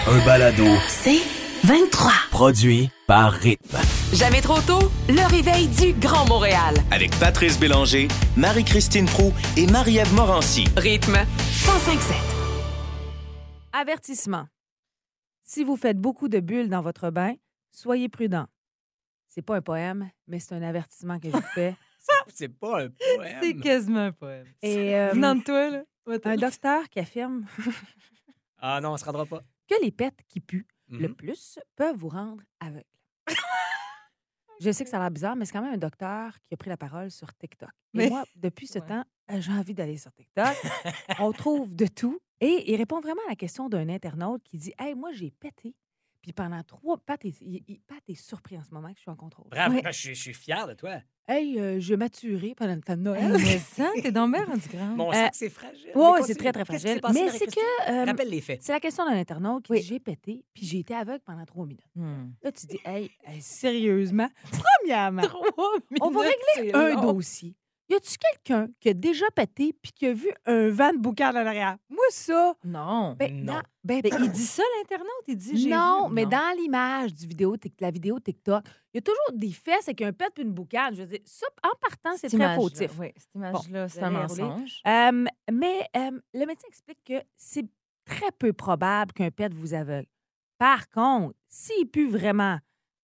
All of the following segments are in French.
Un balado. C'est 23. Produit par Rythme. Jamais trop tôt, le réveil du Grand Montréal. Avec Patrice Bélanger, Marie-Christine Proulx et Marie-Ève Morancy. Rythme 105.7. Avertissement. Si vous faites beaucoup de bulles dans votre bain, soyez prudent. C'est pas un poème, mais c'est un avertissement que je vous fais. C'est pas un poème. C'est quasiment un poème. Et Venant de toi, là. un docteur qui affirme Ah non, on se rendra pas. que les pets qui puent le Mhm. plus peuvent vous rendre aveugle. Je sais que ça a l'air bizarre, mais c'est quand même un docteur qui a pris la parole sur TikTok. Et Mais- moi, depuis ce Ouais. temps, j'ai envie d'aller sur TikTok. On trouve de tout. Et il répond vraiment à la question d'un internaute qui dit « Hey, moi, j'ai pété. Puis pendant 3... Pat est surpris en ce moment que je suis en contrôle. Bravo, Ouais. ben, je suis fier de toi. Hey, je maturé pendant le temps de Noël. Mais ça, t'es dans mer rendu grand. Mon sac, c'est fragile. Oui, Mais c'est continue. très, très Qu'est-ce qui fragile. s'est passé, Mais c'est Marie-Christine? que Rappelle les faits. c'est la question d'un internaute qui Oui. dit « J'ai pété, puis j'ai été aveugle pendant 3 minutes. Hmm. » Là, tu dis « Hey, sérieusement? Premièrement, 3 minutes, on va régler c'est un long. dossier. Y a-tu quelqu'un qui a déjà pété puis qui a vu un van de boucan en arrière? Moi, ça... Non. Ben, Non. ben, Mais il dit ça, l'internaute? Il dit j'ai non, vu. mais dans l'image la vidéo TikTok, il y a toujours des fesses avec un pet puis une boucane. Je veux dire, ça, en partant, c'est Cette très image-là, fautif. Oui, cette image-là, c'est vous un allez rouler. mensonge. Mais le médecin explique que c'est très peu probable qu'un pet vous aveugle. Par contre, s'il pue vraiment,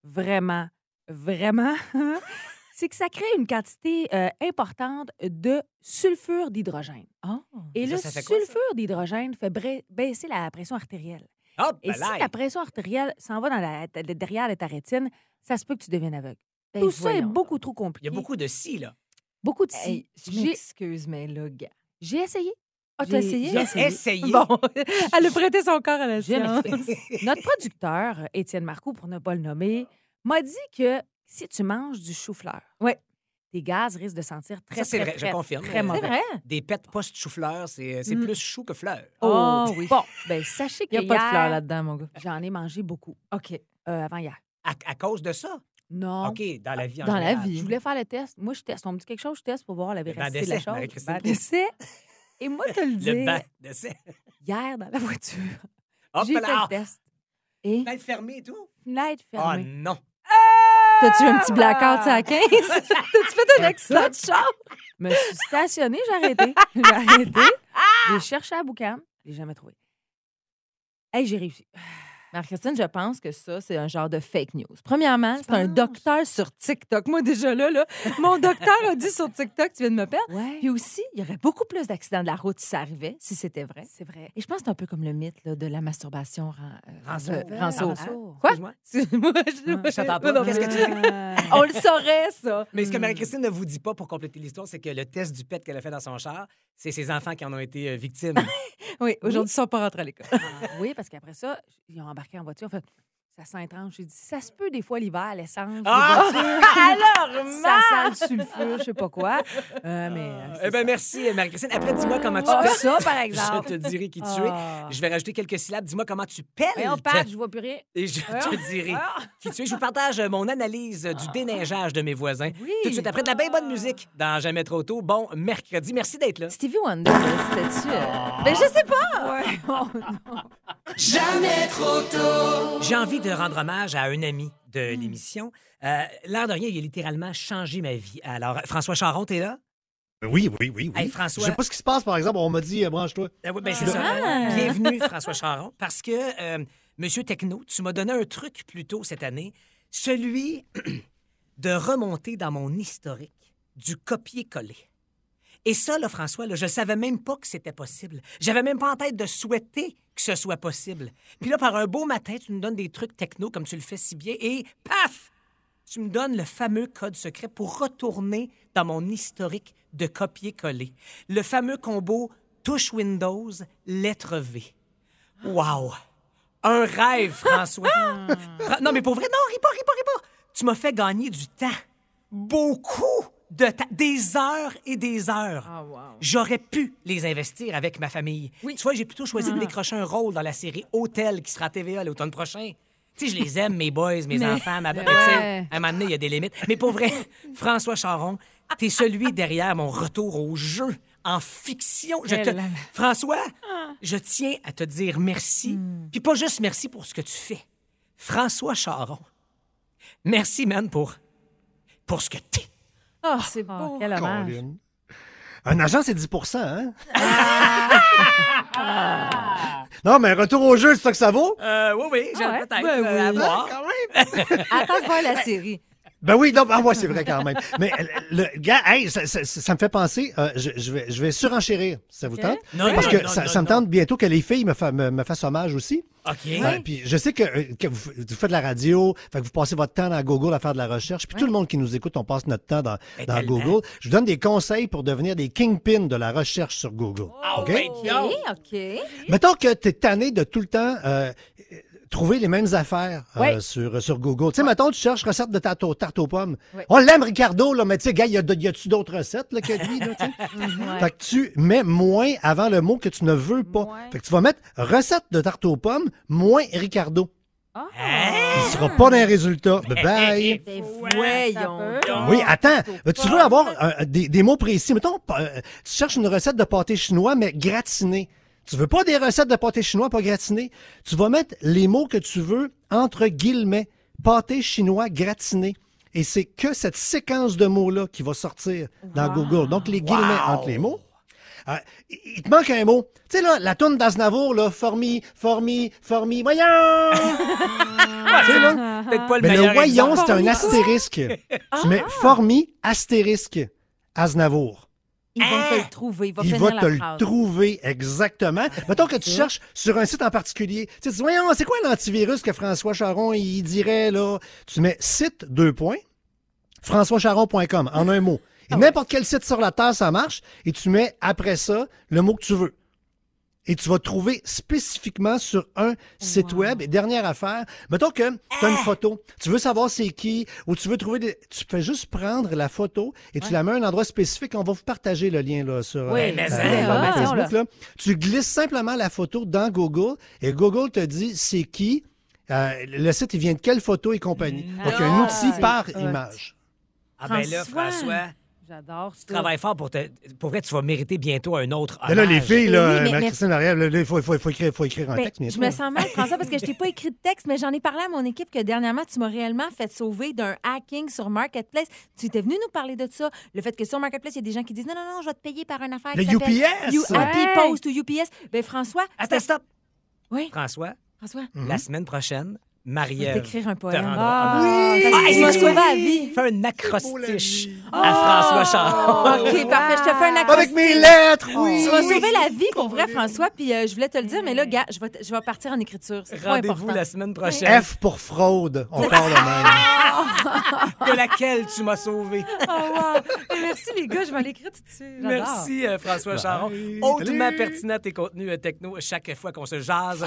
c'est que ça crée une quantité importante de sulfure d'hydrogène. Oh. Et Ça, le ça fait quoi, ça? sulfure d'hydrogène fait baisser la pression artérielle. Hop, Et si la pression artérielle s'en va derrière ta rétine, ça se peut que tu deviennes aveugle. Ben, Tout ça est voyons beaucoup donc. trop Il compliqué. y a beaucoup de si, là. Beaucoup de Hey, si. je m'excuse, mais là, gars. J'ai essayé. Ah, t'as essayé? J'ai essayé. Essayez. Bon, elle a prêté son corps à la Je science. m'explique. Notre producteur, Étienne Marcoux, pour ne pas le nommer, m'a dit que si tu manges du chou-fleur, Ouais. tes gaz risquent de sentir très, Ça, c'est très, vrai, je très, confirme. très mauvais. C'est vrai? Des pets post-chou-fleur, c'est Mm. plus chou que fleur. Oh, Oh, oui. Bon, ben sachez que Il n'y a pas de fleurs hier, là-dedans, mon gars. j'en ai mangé beaucoup OK. avant hier. À cause de ça? Non. OK, dans la vie en Dans la général. vie. Je voulais faire le test. Moi, je teste. On me dit quelque chose, je teste pour voir la Le véracité banc de la d'essai, chose. Marie-Christine. Banc d'essai. Et moi, te le Le dire, banc d'essai. hier, dans la voiture, Hop j'ai fait là! le test. Et Fenêtre fermée et tout? Fenêtre Ah fermée. non! t'as-tu un petit blackout à 15? T'as-tu fait un accident de char? Je me suis stationnée, j'ai arrêté. J'ai arrêté. J'ai cherché à boucan. Je l'ai jamais trouvé. Hey, j'ai réussi. Marie-Christine, je pense que ça, c'est un genre de fake news. Premièrement, c'est un penses? docteur sur TikTok. Moi, déjà là, mon docteur a dit sur TikTok, tu viens de me perdre. Ouais. Puis aussi, il y aurait beaucoup plus d'accidents de la route si ça arrivait, si c'était vrai. C'est vrai. Et je pense que c'est un peu comme le mythe là, de la masturbation Rançon. rançon. Quoi? Quoi? Excuse-moi, Je t'entends pas. Non, Qu'est-ce que tu dis? On le saurait, ça. Mais ce que Marie-Christine ne vous dit pas pour compléter l'histoire, c'est que le test du pet qu'elle a fait dans son char, c'est ses enfants qui en ont été victimes. Oui, aujourd'hui, ils ne sont pas rentrés à l'école. Oui, parce qu'après ça, ils ont embarqué en voiture. Fait, ça sent étrange. J'ai dit, ça se peut des fois l'hiver, l'essence. Ah! les voitures, Alors, ça sent le sulfure, je sais pas quoi. Eh bien, merci, Marie-Christine. Après, dis-moi comment tu Ah, pètes. ça, par Je exemple. te dirai qui tu es. Ah. Je vais rajouter quelques syllabes. Dis-moi comment tu pelles. Voyons, Pat, je vois plus rien. Et je Voyons. te dirai Ah. qui tu es. Je vous partage mon analyse du déneigeage de mes voisins. Oui. Tout de suite après de la bien bonne musique dans Jamais trop tôt. Bon mercredi. Merci d'être là. Stevie Wonder, là, c'était-tu... Ben, je sais pas! Ouais. Oh, non. J'ai envie de rendre hommage à un ami de l'émission. L'air de rien, il a littéralement changé ma vie. Alors, François Charon, t'es là? Oui. Hey, François. Je sais pas ce qui se passe, par exemple. On m'a dit, branche-toi. Oui, ben, c'est ça. Bienvenue, François Charon. Parce que, Monsieur Techno, tu m'as donné un truc plus tôt cette année, celui de remonter dans mon historique du copier-coller. Et ça, là, François, là, je savais même pas que c'était possible. J'avais même pas en tête de souhaiter que ce soit possible. Puis là, par un beau matin, tu me donnes des trucs techno comme tu le fais si bien et paf! Tu me donnes le fameux code secret pour retourner dans mon historique de copier-coller. Le fameux combo touche Windows, lettre V. Wow! Un rêve, François. Non, mais pour vrai, non, ris pas. Tu m'as fait gagner du temps. Beaucoup de temps. Des heures et des heures. Ah, wow. J'aurais pu les investir avec ma famille. Oui. Tu vois, j'ai plutôt choisi de décrocher un rôle dans la série Hôtel qui sera à TVA l'automne prochain. Tu sais, je les aime, mes boys, mes enfants, ma mais tu sais, à un moment donné, il y a des limites. Mais pour vrai, François Charon, t'es celui derrière mon retour au jeu en fiction. là là. François, je tiens à te dire merci. Puis pas juste merci pour ce que tu fais. François Charon, merci, man, pour ce que t'es. Oh, c'est Oh, beau. quel hommage. Colin. Un agent, c'est 10 hein? Non, mais retour au jeu, c'est ça que ça vaut? Oui, j'ai Ah ouais? peut-être Ben à oui. voir. Quand même. Attends de voir la série. Ben oui, non, ouais, c'est vrai quand même. Mais le gars, hey, ça me fait penser, je vais surenchérir, ça vous tente? Non, Parce non, que non, ça non, me non. tente bientôt que les filles me fassent hommage aussi. OK. Puis je sais que vous faites de la radio, fait que vous passez votre temps dans Google à faire de la recherche. Puis tout le monde qui nous écoute, on passe notre temps dans tellement. Google. Je vous donne des conseils pour devenir des kingpins de la recherche sur Google. Ah OK? ouais, yo. OK. Mettons que tu es tanné de tout le temps trouver les mêmes affaires sur Google. Tu sais, mettons, tu cherches recette de tarte aux pommes. Oui. On l'aime, Ricardo, là, mais tu sais, gars, y a-tu d'autres recettes là, que lui? Là, tu sais? Fait que tu mets moins avant le mot que tu ne veux pas. Moins. Fait que tu vas mettre recette de tarte aux pommes moins Ricardo. Ah! Il ne sera pas dans les résultats. Bye-bye. Ben Ça voyons. peut. Oui, attends. Tu veux avoir des mots précis. Mettons, tu cherches une recette de pâté chinois, mais gratiné. Tu veux pas des recettes de pâté chinois pas gratiné. Tu vas mettre les mots que tu veux entre guillemets. Pâté chinois gratiné. Et c'est que cette séquence de mots-là qui va sortir dans Google. Donc, les guillemets entre les mots. Il te manque un mot. Tu sais, là, la toune d'Aznavour, là, formi, voyons! Tu sais, là, Peut-être pas le mais le meilleur voyons, exemple. c'est un astérisque. Tu mets formi, astérisque, Aznavour. Ils vont te le trouver. Il va Il finir va la te le phrase. trouver exactement. Mettons que tu cherches sur un site en particulier. Tu te dis, voyons, c'est quoi l'antivirus que François Charon, il dirait, là? Tu mets site, françoischaron.com, en un mot. Et n'importe quel site sur la Terre, ça marche. Et tu mets après ça le mot que tu veux. Et tu vas trouver spécifiquement sur un site web. Et dernière affaire, mettons que tu as une photo, tu veux savoir c'est qui, ou tu veux trouver tu fais juste prendre la photo et tu la mets à un endroit spécifique. On va vous partager le lien là, sur Oui, mais ça, Facebook. Là. Tu glisses simplement la photo dans Google et Google te dit c'est qui, le site, il vient de quelle photo et compagnie. Donc, un outil par image. Ah ben là, François. François, J'adore ça. tu travailles fort pour vrai, tu vas mériter bientôt un autre Mais là, les hommage. filles, là, Oui, mais- Marie-Christine Marielle, il faut écrire un Ben, texte, bien je sûr. me sens mal, François, parce que je t'ai pas écrit de texte, mais j'en ai parlé à mon équipe que dernièrement, tu m'as réellement fait sauver d'un hacking sur Marketplace. Tu étais venu nous parler de ça. Le fait que sur Marketplace, il y a des gens qui disent non, je vais te payer par une affaire Le qui s'appelle UPS! Happy Ouais. Post ou UPS. Ben François, Attends, stop. Oui, François, François, la semaine prochaine, je vais Marie-Ève t'écrire un te poème. rendra Ah, hommage. parce que Ah, tu m'as et sauvé la vie. Fais un acrostiche Oh! à François Charon. OK, parfait. Je te fais un Avec acrostiche. mes lettres, oui! Tu m'as sauvé la vie, pour vrai, François. Puis je voulais te le dire, mais là, gars, je vais partir en écriture. C'est trop Rendez-vous important. la semaine prochaine. F pour fraude. On parle de même. De laquelle tu m'as sauvé. Oh, wow. Merci, les gars. Je vais l'écrire tout de suite. J'adore. Merci, François Charon. Hautement pertinent tes contenus techno chaque fois qu'on se jase.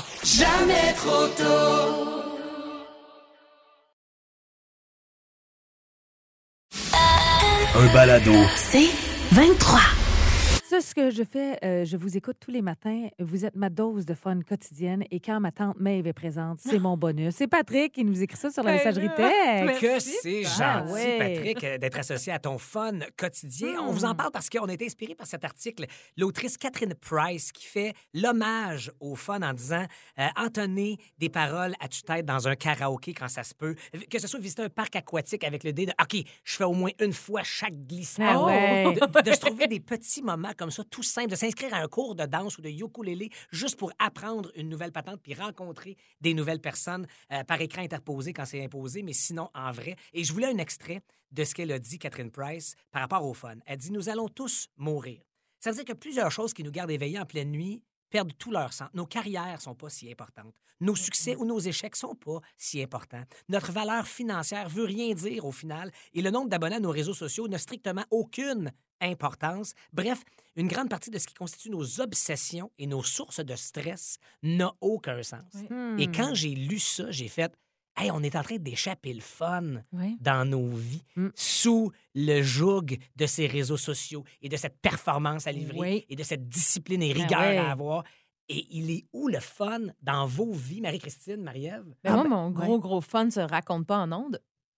Un balado. C'est 23. Ça, ce que je fais, je vous écoute tous les matins. Vous êtes ma dose de fun quotidienne. Et quand ma tante Maeve est présente, c'est mon bonus. C'est Patrick qui nous écrit ça sur la messagerie texte. Que c'est Ah, gentil, ouais. Patrick, d'être associé à ton fun quotidien. On vous en parle parce qu'on a été inspiré par cet article. L'autrice Catherine Price qui fait l'hommage au fun en disant entonner des paroles à tue-tête dans un karaoké quand ça se peut. Que ce soit visiter un parc aquatique avec l'idée de OK, je fais au moins une fois chaque glissement. Ah ouais. De se trouver des petits moments comme ça, tout simple, de s'inscrire à un cours de danse ou de ukulélé juste pour apprendre une nouvelle patente puis rencontrer des nouvelles personnes par écran interposé quand c'est imposé, mais sinon en vrai. Et je voulais un extrait de ce qu'elle a dit, Catherine Price, par rapport au fun. Elle dit « Nous allons tous mourir ». Ça veut dire que plusieurs choses qui nous gardent éveillés en pleine nuit perdent tout leur sens. Nos carrières sont pas si importantes. Nos succès ou nos échecs sont pas si importants. Notre valeur financière veut rien dire au final et le nombre d'abonnés à nos réseaux sociaux n'a strictement aucune importance. Bref, une grande partie de ce qui constitue nos obsessions et nos sources de stress n'a aucun sens. Et quand j'ai lu ça, j'ai fait « Hey, on est en train d'échapper le fun Oui. dans nos vies sous le joug de ces réseaux sociaux et de cette performance à livrer Oui. et de cette discipline et rigueur ouais. à avoir. Et il est où le fun dans vos vies, Marie-Christine, Marie-Ève? Ben moi, mon gros fun se raconte pas en ondes.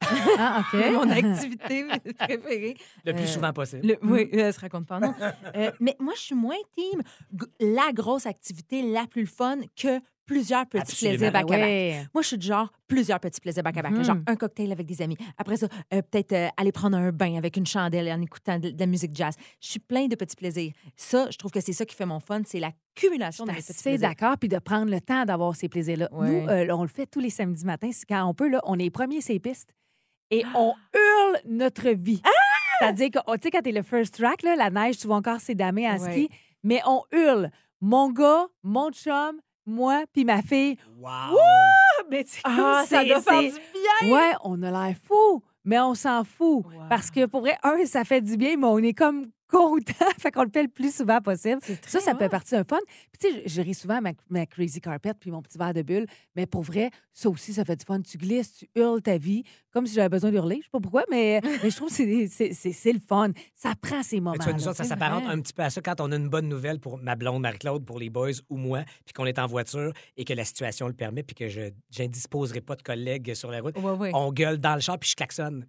Ah, OK. Mon activité préférée. Le plus souvent possible. Oui, elle se raconte pas, non. Mais moi, je suis moins team la grosse activité la plus fun que plusieurs petits Absolument. plaisirs back-à-back. Ouais. Moi, je suis du genre plusieurs petits plaisirs back-à-back. là, Genre un cocktail avec des amis. Après ça, peut-être aller prendre un bain avec une chandelle en écoutant de la musique jazz. Je suis plein de petits plaisirs. Ça, je trouve que c'est ça qui fait mon fun, c'est l'accumulation de mes petits C'est plaisirs. d'accord, puis de prendre le temps d'avoir ces plaisirs-là. Ouais. Nous, on le fait tous les samedis matins. C'est quand on peut, là, on est les premiers ces pistes et on hurle notre vie. C'est-à-dire que, tu sais, quand t'es le first track, là, la neige, tu vas encore s'édamer à ski, mais on hurle. Mon gars, mon chum, moi, puis ma fille. Wow! Mais tu sais, Ça doit faire du bien! Ouais, on a l'air fou, mais on s'en fout. Parce que pour vrai, ça fait du bien, mais on est comme content. Fait qu'on le fait le plus souvent possible. Ça peut partir un fun. Puis tu sais, je ris souvent à ma crazy carpet puis mon petit verre de bulle. Mais pour vrai, ça aussi, ça fait du fun. Tu glisses, tu hurles ta vie, comme si j'avais besoin d'hurler. Je sais pas pourquoi, mais je trouve que c'est le fun. Ça prend ces moments. Mais tu vois, nous autres, ça s'apparente un petit peu à ça quand on a une bonne nouvelle pour ma blonde Marie-Claude, pour les boys ou moi, puis qu'on est en voiture et que la situation le permet, puis que je n'indisposerai pas de collègues sur la route. Ouais. On gueule dans le char, puis je klaxonne.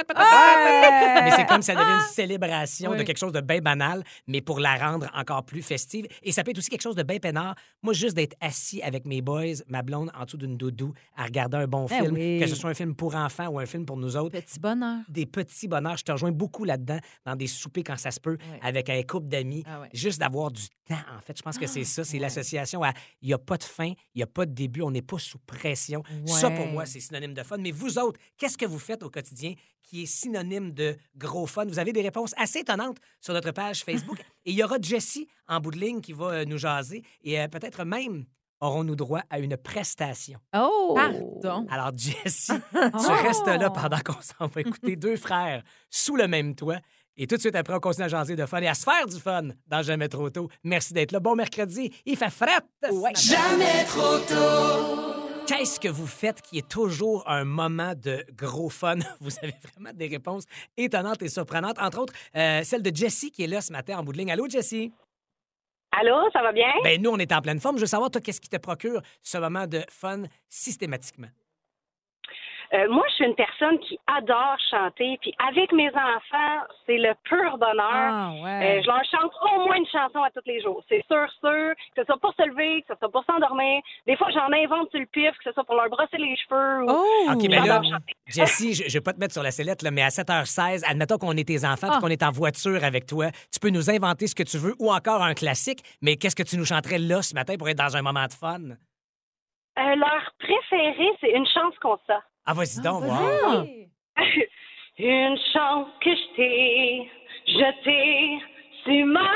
Mais c'est comme si ça devient une célébration de quelque chose de bien banal, mais pour la rendre encore plus festive. Et ça peut être aussi quelque chose de bien peinard. Moi, juste d'être assis avec mes boys, ma blonde en dessous d'une doudou, à regarder un bon film, oui. que ce soit un film pour enfants ou un film pour nous autres. Petit bonheur. Des petits bonheurs. Je te rejoins beaucoup là-dedans, dans des soupers quand ça se peut, avec un couple d'amis. Ah ouais. Juste d'avoir du temps, en fait. Je pense que c'est ça. C'est l'association à il n'y a pas de fin, il n'y a pas de début, on n'est pas sous pression. Ça, pour moi, c'est synonyme de fun. Mais vous autres, qu'est-ce que vous faites au quotidien qui est synonyme de gros fun? Vous avez des réponses assez étonnantes sur notre page Facebook. Et il y aura Jessie en bout de ligne qui va nous jaser. Et peut-être même aurons-nous droit à une prestation. Oh! Pardon. Alors, Jessie, tu restes là pendant qu'on s'en va écouter deux frères sous le même toit. Et tout de suite après, on continue à jaser de fun et à se faire du fun dans Jamais trop tôt. Merci d'être là. Bon mercredi. Il fait fret. Jamais trop tôt. Qu'est-ce que vous faites qui est toujours un moment de gros fun? Vous avez vraiment des réponses étonnantes et surprenantes. Entre autres, celle de Jessie qui est là ce matin en bout de ligne. Allô, Jessie? Allô, ça va bien? Ben nous, on est en pleine forme. Je veux savoir, toi, qu'est-ce qui te procure ce moment de fun systématiquement? Moi, je suis une personne qui adore chanter. Puis avec mes enfants, c'est le pur bonheur. Ah, ouais. Je leur chante au moins une chanson à tous les jours. C'est sûr, que ce soit pour se lever, que ce soit pour s'endormir. Des fois, j'en invente sur le pif, que ce soit pour leur brosser les cheveux. Oh! OK, ben là, J'adore chanter. Jessie, je vais pas te mettre sur la sellette, là, mais à 7h16, admettons qu'on est tes enfants et qu'on est en voiture avec toi, tu peux nous inventer ce que tu veux ou encore un classique, mais qu'est-ce que tu nous chanterais là ce matin pour être dans un moment de fun? Leur préféré, c'est Une chance qu'on ça. Ah, vas-y donc, vas-y. voir. Une chance que je t'ai jetée sur ma...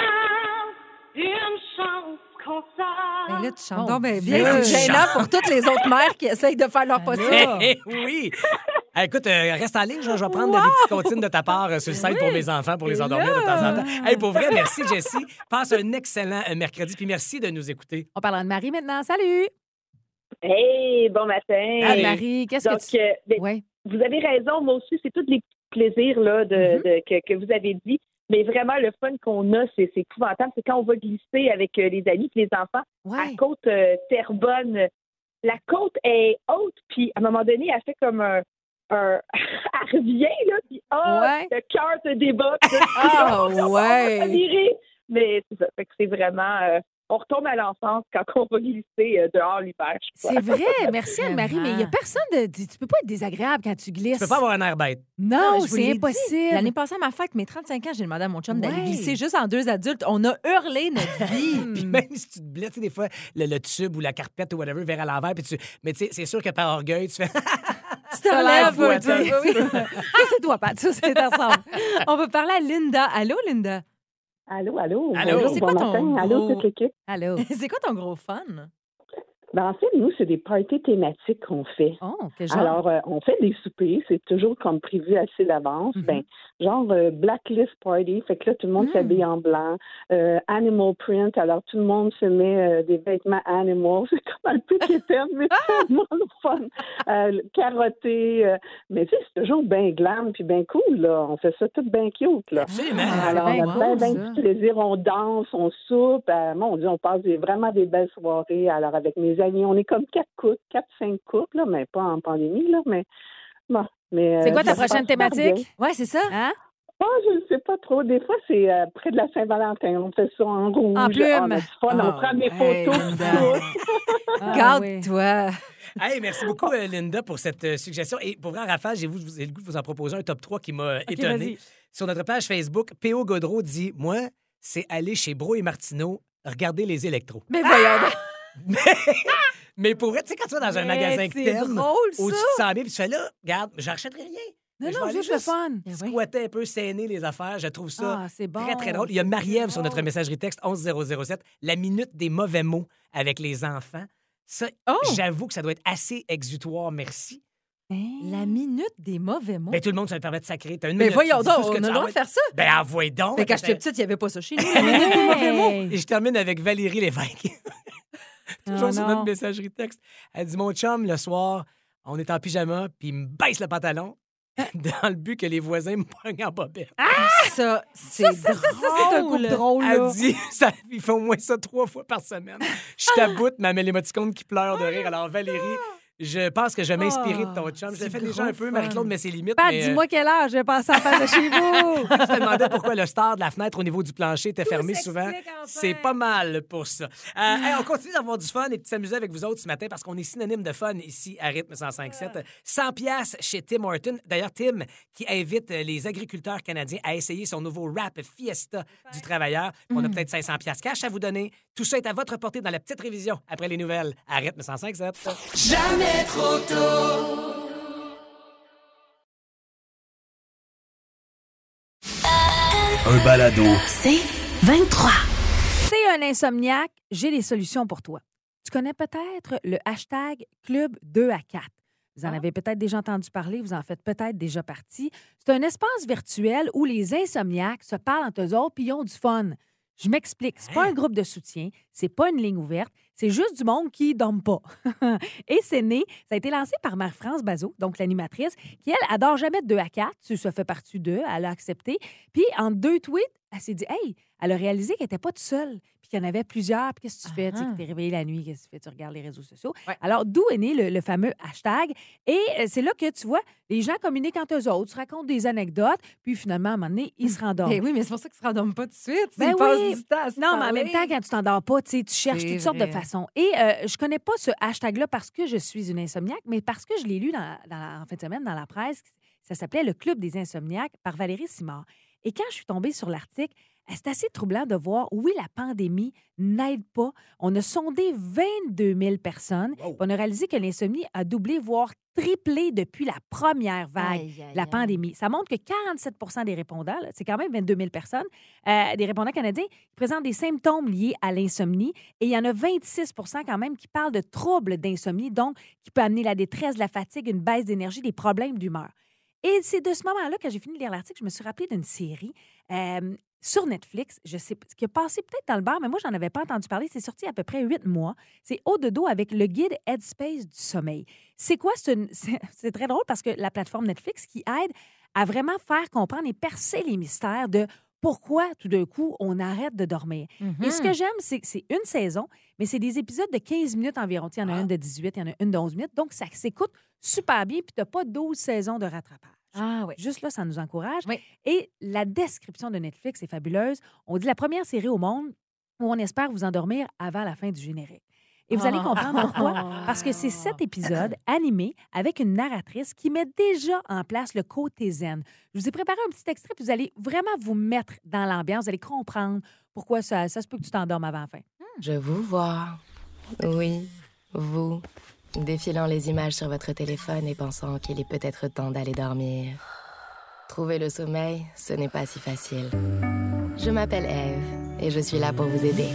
Une chance qu'on ça. Ben là, tu chantes Bon donc bien. Dieu. C'est gênant pour toutes les autres mères qui essayent de faire leur possible. Oui! Écoute, reste en ligne, je vais prendre des petites comptines de ta part sur le site pour mes enfants, pour les endormir de temps en temps. Hey, pour vrai, merci, Jessie. Passe un excellent mercredi, puis merci de nous écouter. On parle de Marie maintenant. Salut! Hey, bon matin. Marie, qu'est-ce Donc, que tu... Ouais. vous avez raison, moi aussi, c'est tous les petits plaisirs là, que vous avez dit. Mais vraiment, le fun qu'on a, c'est épouvantable. C'est quand on va glisser avec les amis et les enfants à côte Terrebonne. La côte est haute, puis à un moment donné, elle fait comme un elle revient, là, puis le cœur te débat. Mais c'est ça. Fait que c'est vraiment... on retourne à l'enfance quand on va glisser dehors l'hiver. C'est vrai. Merci Anne-Marie, mais il n'y a personne de... Tu peux pas être désagréable quand tu glisses. Tu peux pas avoir un air bête. Non, je vous l'ai c'est dit. impossible. L'année passée, à ma fête, mes 35 ans, j'ai demandé à mon chum d'aller Ouais. glisser juste en deux adultes. On a hurlé notre vie. Puis même si tu te blesses, tu sais, des fois, le tube ou la carpette ou whatever, vers à l'envers, puis mais tu sais, c'est sûr que par orgueil, tu fais... Tu te relèves, oui. Ça, c'est toi, Pat. Ça, c'est ensemble. On va parler à Linda. Allô, Linda? Allô. Allô. Bonjour, C'est quoi bon ton matin. Allô, gros- toute l'équipe. Allô? C'est quoi ton gros fun? Ben, en fait, nous, c'est des parties thématiques qu'on fait. Oh, quel genre? Alors, on fait des soupers, c'est toujours comme prévu assez d'avance. Mhm. Ben, genre Blacklist Party, fait que là, tout le monde s'habille en blanc. Animal Print, alors tout le monde se met des vêtements animal. C'est comme un peu quétaine, mais tellement le fun. Carotté, mais tu sais, c'est toujours bien glam puis bien cool, là. On fait ça tout bien cute, là. Absolument. Alors, bien on a cool, plein ça. de plaisir, on danse, on soupe. Mon Dieu, on passe vraiment des belles soirées. Alors, avec mes amis, on est comme 4, 5 couples, là, mais pas en pandémie, là, mais Bon, mais, C'est quoi ta ça prochaine passe super bien. thématique? Ouais, c'est ça. Hein? Je ne sais pas trop. Des fois, c'est près de la Saint-Valentin. On fait ça en rouge. En plume. On a du fun. On prend des photos. Garde-toi. Hey, merci beaucoup, Linda, pour cette suggestion. Et pour vrai, en rafale, j'ai le goût de vous en proposer un top 3 qui m'a étonné. vas-y. Sur notre page Facebook, P.O. Gaudreau dit « Moi, c'est aller chez Bro et Martineau regarder les électros. » Mais voyons donc. Mais pour vrai, tu sais, quand tu vas dans un magasin que c'est t'aimes, drôle, où tu ça. te sens bien, puis tu fais là, regarde, j'achèterai rien. Non, Je vais non, aller juste le fun. squatter un peu, saigner les affaires. Je trouve ça Ah, c'est bon. très, très drôle. Il y a Marie-Ève sur notre messagerie texte 11007, la minute des mauvais mots avec les enfants. Ça, j'avoue que ça doit être assez exutoire, merci. La minute des mauvais mots. Ben, tout le monde se le permet de sacrer. T'as une Mais minute, voyons tu dis tout donc, ce que on tu a le droit de faire ça. Ben, envoie donc. Mais quand j'étais petite, il n'y avait pas ça chez nous. La minute des mauvais mots. Hey. Et je termine avec Valérie Lévesque. Toujours Oh sur non. notre messagerie texte. Elle dit, mon chum, le soir, on est en pyjama, puis il me baisse le pantalon dans le but que les voisins me pognent en bobette. Ça, c'est drôle. Ça, c'est un coup de drôle, là. Elle dit, il fait au moins ça 3 fois par semaine. Je taboute, mais elle met l'émoticône qui pleure de rire. Alors, Valérie, je pense que je vais m'inspirer de ton chum. Je l'ai fait déjà un peu. Marie-Claude met ses limites. Pat, mais, dis-moi quelle heure je vais passer en face de chez vous. tu te demandais pourquoi le star de la fenêtre au niveau du plancher était fermé s'explique souvent. enfin. C'est pas mal pour ça. Hey, on continue d'avoir du fun et de s'amuser avec vous autres ce matin parce qu'on est synonyme de fun ici à Rythme 105.7. 100 piastres chez Tim Horton. D'ailleurs, Tim qui invite les agriculteurs canadiens à essayer son nouveau Rap Fiesta du travailleur. On a peut-être 500 piastres cash à vous donner. Tout ça est à votre portée dans la petite révision après les nouvelles à Rythme 105.7. Jamais trop tôt. Un balado. C'est 23. T'es un insomniaque, j'ai des solutions pour toi. Tu connais peut-être le hashtag Club 2 à 4. Vous en avez peut-être déjà entendu parler, vous en faites peut-être déjà partie. C'est un espace virtuel où les insomniaques se parlent entre eux autres puis ils ont du fun. Je m'explique. C'est pas un groupe de soutien, c'est pas une ligne ouverte, c'est juste du monde qui dorme pas. Et c'est né, ça a été lancé par Marie-France Bazot, donc l'animatrice, qui, elle, adore jamais de 2 à 4. Ça fait partie d'eux, elle a accepté. Puis, en 2 tweets, elle s'est dit, hey, elle a réalisé qu'elle n'était pas toute seule, puis qu'il y en avait plusieurs. Puis qu'est-ce que tu fais? Tu sais, que t'es réveillé la nuit, qu'est-ce que tu fais? Tu regardes les réseaux sociaux. Ouais. Alors, d'où est né le fameux hashtag? Et c'est là que, tu vois, les gens communiquent entre eux autres, se racontent des anecdotes, puis finalement, à un moment donné, ils se rendorment. Ben oui, mais c'est pour ça qu'ils se rendorment pas tout de suite. Ben Ils passent oui. du temps à se Non, mais en parler. même temps, quand tu t'endors pas, tu sais, tu cherches C'est toutes sortes de vrai. façons. Et je connais pas ce hashtag-là parce que je suis une insomniaque, mais parce que je l'ai lu en fin de semaine dans la presse. Ça s'appelait Le Club des insomniaques par Valérie Simard. Et quand je suis tombée sur l'article, c'est assez troublant de voir, oui, la pandémie n'aide pas. On a sondé 22 000 personnes. Wow. Puis on a réalisé que l'insomnie a doublé, voire triplé depuis la première vague, Aïe, aïe, la aïe. pandémie. Ça montre que 47 des répondants, là, c'est quand même 22 000 personnes, des répondants canadiens, qui présentent des symptômes liés à l'insomnie. Et il y en a 26 quand même qui parlent de troubles d'insomnie, donc qui peut amener la détresse, la fatigue, une baisse d'énergie, des problèmes d'humeur. Et c'est de ce moment-là, quand j'ai fini de lire l'article, je me suis rappelée d'une série sur Netflix, je sais qui a passé peut-être dans le bar, mais moi, j'en avais pas entendu parler. C'est sorti à peu près 8 mois. C'est Au de dos avec le guide Headspace du sommeil. C'est quoi? C'est très drôle parce que la plateforme Netflix qui aide à vraiment faire comprendre et percer les mystères de pourquoi, tout d'un coup, on arrête de dormir. Et ce que j'aime, c'est que c'est une saison, mais c'est des épisodes de 15 minutes environ. Il y en a une de 18, il y en a une de 11 minutes. Donc, ça s'écoute super bien, puis tu n'as pas 12 saisons de rattrapage. Ah oui. Juste là, ça nous encourage. Oui. Et la description de Netflix est fabuleuse. On dit la première série au monde où on espère vous endormir avant la fin du générique. Et vous allez comprendre pourquoi. Parce que c'est 7 épisodes animés avec une narratrice qui met déjà en place le côté zen. Je vous ai préparé un petit extrait, puis vous allez vraiment vous mettre dans l'ambiance. Vous allez comprendre pourquoi ça se peut que tu t'endormes avant la fin. Je vous vois. Oui, vous. Défilant les images sur votre téléphone et pensant qu'il est peut-être temps d'aller dormir. Trouver le sommeil, ce n'est pas si facile. Je m'appelle Eve et je suis là pour vous aider.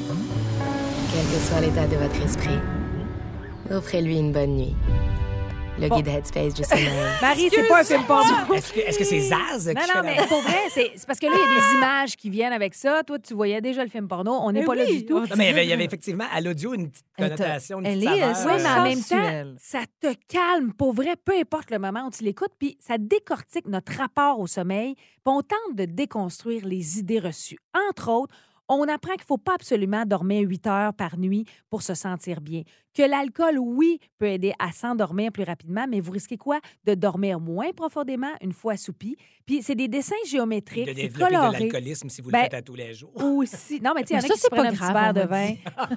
Quel que soit l'état de votre esprit, offrez-lui une bonne nuit. Le guide Headspace du sommeil. Marie, c'est pas un film porno. Est-ce que c'est Zaz qui Non, fait non, la- mais pour vrai, c'est parce que là, il y a des images qui viennent avec ça. Toi, tu voyais déjà le film porno. On n'est pas là du tout. Non, mais il y avait effectivement à l'audio une petite connotation, une Elle petite est, saveur. Oui, mais en même temps, sensuelle. ça te calme pour vrai, peu importe le moment où tu l'écoutes, puis ça décortique notre rapport au sommeil, puis on tente de déconstruire les idées reçues. Entre autres, on apprend qu'il ne faut pas absolument dormir 8 heures par nuit pour se sentir bien, Que l'alcool, oui, peut aider à s'endormir plus rapidement, mais vous risquez quoi? De dormir moins profondément une fois assoupi. Puis c'est des dessins géométriques, de c'est développer de coloré. l'alcoolisme si vous le faites à tous les jours. Aussi. Non, mais tu sais, il y en a Ça, qui c'est se prennent pas un petit grave, verre on de m'a vin.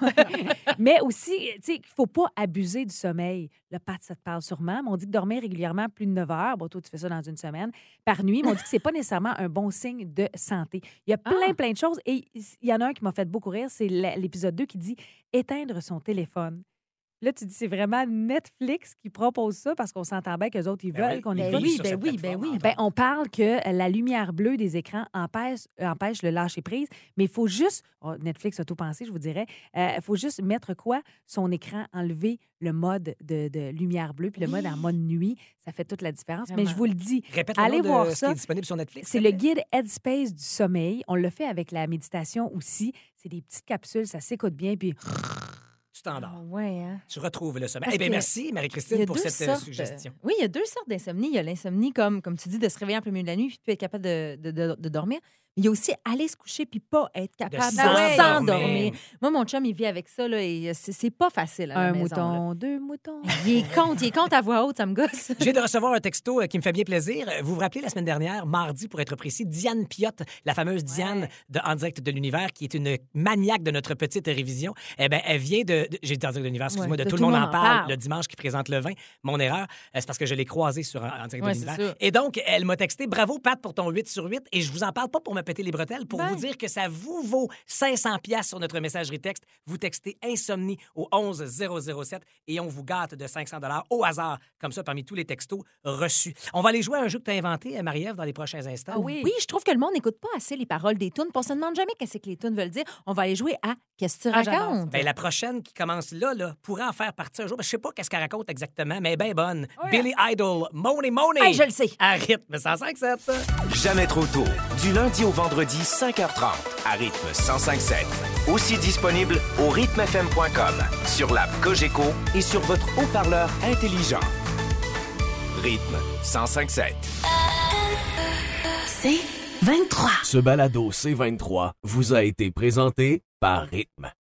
dit. Mais aussi, tu sais, qu'il ne faut pas abuser du sommeil. Le Pat, ça te parle sûrement, mais on dit que dormir régulièrement plus de 9 heures, bon, toi, tu fais ça dans une semaine, par nuit, mais on dit que c'est pas nécessairement un bon signe de santé. Il y a plein de choses. Et il y en a un qui m'a fait beaucoup rire, c'est l'épisode 2 qui dit « éteindre son téléphone ». Là, tu dis, c'est vraiment Netflix qui propose ça parce qu'on s'entend bien qu'eux autres, ils veulent qu'on ils y vivent sur cette oui. plateforme, Ben, on parle que la lumière bleue des écrans empêche le lâcher-prise, mais il faut juste, Netflix a tout pensé, je vous dirais, il faut juste mettre quoi? Son écran, enlever le mode de lumière bleue puis le mode en mode nuit. Ça fait toute la différence. Vraiment. Mais je vous le dis, Répète allez le nom voir de ce qui ça. est disponible sur Netflix. C'est le guide Headspace du sommeil. On le fait avec la méditation aussi. C'est des petites capsules, ça s'écoute bien, puis... Tu t'endors. Ah ouais, hein? Tu retrouves le sommeil. Parce Eh bien, que merci, Il y Marie-Christine, a pour deux cette sortes, suggestion. Oui, il y a 2 sortes d'insomnie. Il y a l'insomnie, comme tu dis, de se réveiller en plein milieu de la nuit puis de être capable de dormir. Mais il y a aussi aller se coucher puis pas être capable de s'endormir. s'endormir. Moi, mon chum, il vit avec ça, là, et c'est pas facile à la Un maison, là. mouton, 2 moutons. Il est compte à voix haute, ça me gosse. Je viens de recevoir un texto qui me fait bien plaisir. Vous vous rappelez, la semaine dernière, mardi, pour être précis, Diane Piotte, la fameuse Diane de En direct de l'univers, qui est une maniaque de notre petite révision, eh bien, elle vient j'ai dit En direct de l'univers, excuse-moi, Ouais, de Tout le monde en parle le dimanche qui présente le vin. Mon erreur, c'est parce que je l'ai croisée sur En direct de Ouais, l'univers. c'est ça. Et donc, elle m'a texté « Bravo, Pat, pour ton 8 sur 8. » Et je vous en parle pas pour me péter les bretelles, pour vous dire que ça vous vaut 500$ sur notre messagerie texte. Vous textez Insomnie au 11007 et on vous gâte de 500$ au hasard, comme ça, parmi tous les textos reçus. On va aller jouer à un jeu que tu as inventé, Marie-Ève, dans les prochains instants. Oui, je trouve que le monde n'écoute pas assez les paroles des tunes. On se demande jamais qu'est-ce que les tunes veulent dire. On va aller jouer à Qu'est-ce que tu racontes? Ben, la prochaine qui commence là, pourrait en faire partie un jour. Ben, je sais pas qu'est-ce qu'elle raconte exactement, mais bien bonne. Billy Idol, Money Money. Hey, je le sais. À rythme 105.7. Jamais trop tôt. Du lundi au vendredi, 5h30, à rythme 105.7. Aussi disponible au rythmefm.com, sur l'app Cogeco et sur votre haut-parleur intelligent. Rythme 105.7. C'est 23. Ce balado C23 vous a été présenté par Rythme.